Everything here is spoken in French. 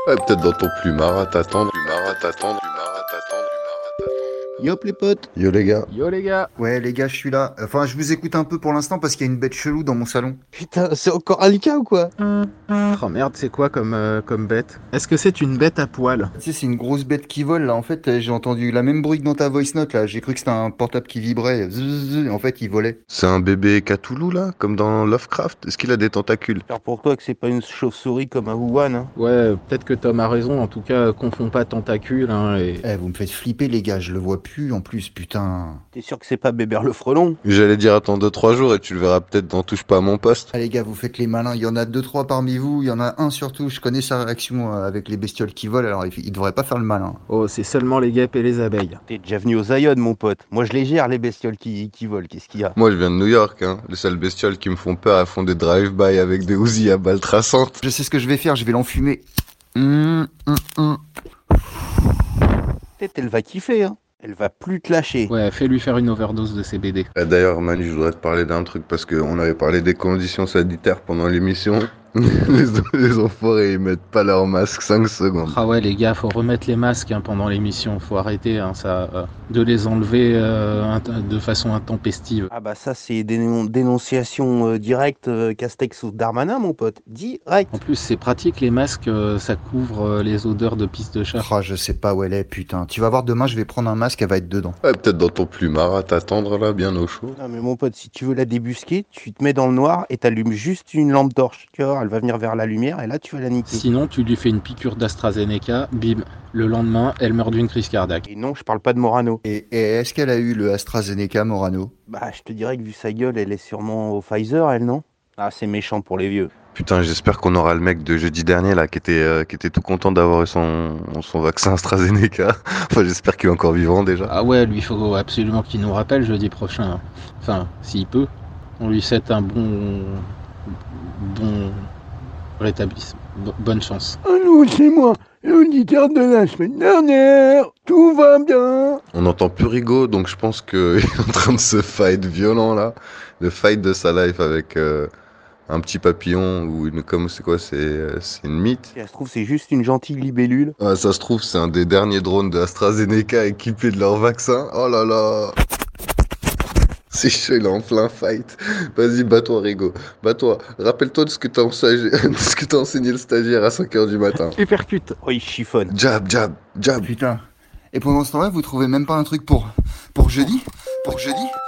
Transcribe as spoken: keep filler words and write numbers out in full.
Ouais, peut-être dans ton plumard à t'attendre, plumard à t'attendre, plumard à t'attendre, plumard à t'attendre. Yop les potes. Yo les gars. Yo les gars. Ouais les gars, je suis là. Enfin, je vous écoute un peu pour l'instant parce qu'il y a une bête chelou dans mon salon. Putain, c'est encore Alika ou quoi? Oh merde, c'est quoi comme, euh, comme bête? Est-ce que c'est une bête à poil? Tu sais, c'est une grosse bête qui vole là. En fait, euh, j'ai entendu la même bruit que dans ta voice note là. J'ai cru que c'était un portable qui vibrait. Zzz, et en fait, il volait. C'est un bébé Cthulhu là, comme dans Lovecraft. Est-ce qu'il a des tentacules? J'espère pour toi que c'est pas une chauve-souris comme un Wuhan, hein. Ouais, peut-être que Tom a raison. En tout cas, confonds pas tentacule hein, et... Eh, vous me faites flipper les gars. Je le vois plus en plus, putain. T'es sûr que c'est pas Bébert le frelon? J'allais dire attends deux trois jours et tu le verras peut-être dans Touche pas à mon poste. Ah les gars, vous faites les malins. Il y en a deux trois parmi vous. Il y en a un surtout. Je connais sa réaction euh, avec les bestioles qui volent. Alors, il, il devrait pas faire le malin. Oh, c'est seulement les guêpes et les abeilles. T'es déjà venu aux Zion, mon pote. Moi, je les gère, les bestioles qui, qui volent. Qu'est-ce qu'il y a? Moi je viens de New York, hein. Les seules bestioles qui me font peur, elles font des drive-by avec des Uzi à balles traçantes. Je sais ce que je vais faire. Je vais l'enfumer. Hum, hum, hum. Peut-être elle va kiffer, hein. Elle va plus te lâcher. Ouais, fais-lui faire une overdose de C B D. Et d'ailleurs Manu, je voudrais te parler d'un truc parce qu'on avait parlé des conditions sanitaires pendant l'émission. les, les enfoirés ils mettent pas leur masque cinq secondes. Ah ouais les gars, faut remettre les masques hein, pendant l'émission. Faut arrêter hein, ça, euh, de les enlever euh, int- de façon intempestive. Ah bah ça, c'est dénon- dénonciation euh, directe euh, Castex ou Darmanin, mon pote. Direct. En plus, c'est pratique les masques, euh, ça couvre euh, les odeurs de pisse de chat. Ah, je sais pas où elle est, putain. Tu vas voir demain, je vais prendre un masque, elle va être dedans. Ouais, peut-être dans ton plumard à t'attendre là, bien au chaud. Non mais mon pote, si tu veux la débusquer, tu te mets dans le noir et t'allumes juste une lampe torche. Tu vas voir, elle va venir vers la lumière et là tu vas la niquer. Sinon, tu lui fais une piqûre d'AstraZeneca, bim, le lendemain, elle meurt d'une crise cardiaque. Et non, je parle pas de Morano. Et, et est-ce qu'elle a eu le AstraZeneca, Morano? Bah, je te dirais que vu sa gueule, elle est sûrement au Pfizer, elle, non? Ah, c'est méchant pour les vieux. Putain, j'espère qu'on aura le mec de jeudi dernier là qui était, euh, qui était tout content d'avoir eu son, son vaccin AstraZeneca. Enfin, j'espère qu'il est encore vivant déjà. Ah ouais, lui, il faut absolument qu'il nous rappelle jeudi prochain. Enfin, s'il peut, on lui souhaite un bon... bon rétablissement. Bo- bonne chance. Allô, c'est moi, l'auditeur de la semaine dernière. Tout va bien. On n'entend plus Rigaud, donc je pense qu'il est en train de se fight violent là. Le fight de sa life avec euh, un petit papillon ou une. Comme c'est quoi? C'est euh, c'est une mythe. Si ça se trouve, c'est juste une gentille libellule. Ah, ça se trouve, c'est un des derniers drones de AstraZeneca équipés de leur vaccin. Oh là là! C'est chaud, il est en plein fight. Vas-y, bats-toi, Rigaud. Bats-toi. Rappelle-toi de ce que t'as enseigné, de ce que t'as enseigné le stagiaire à cinq heures du matin. Et percute. Oh, il chiffonne. Jab, jab, jab. Putain. Et pendant ce temps-là, vous trouvez même pas un truc pour... pour jeudi? Pour jeudi?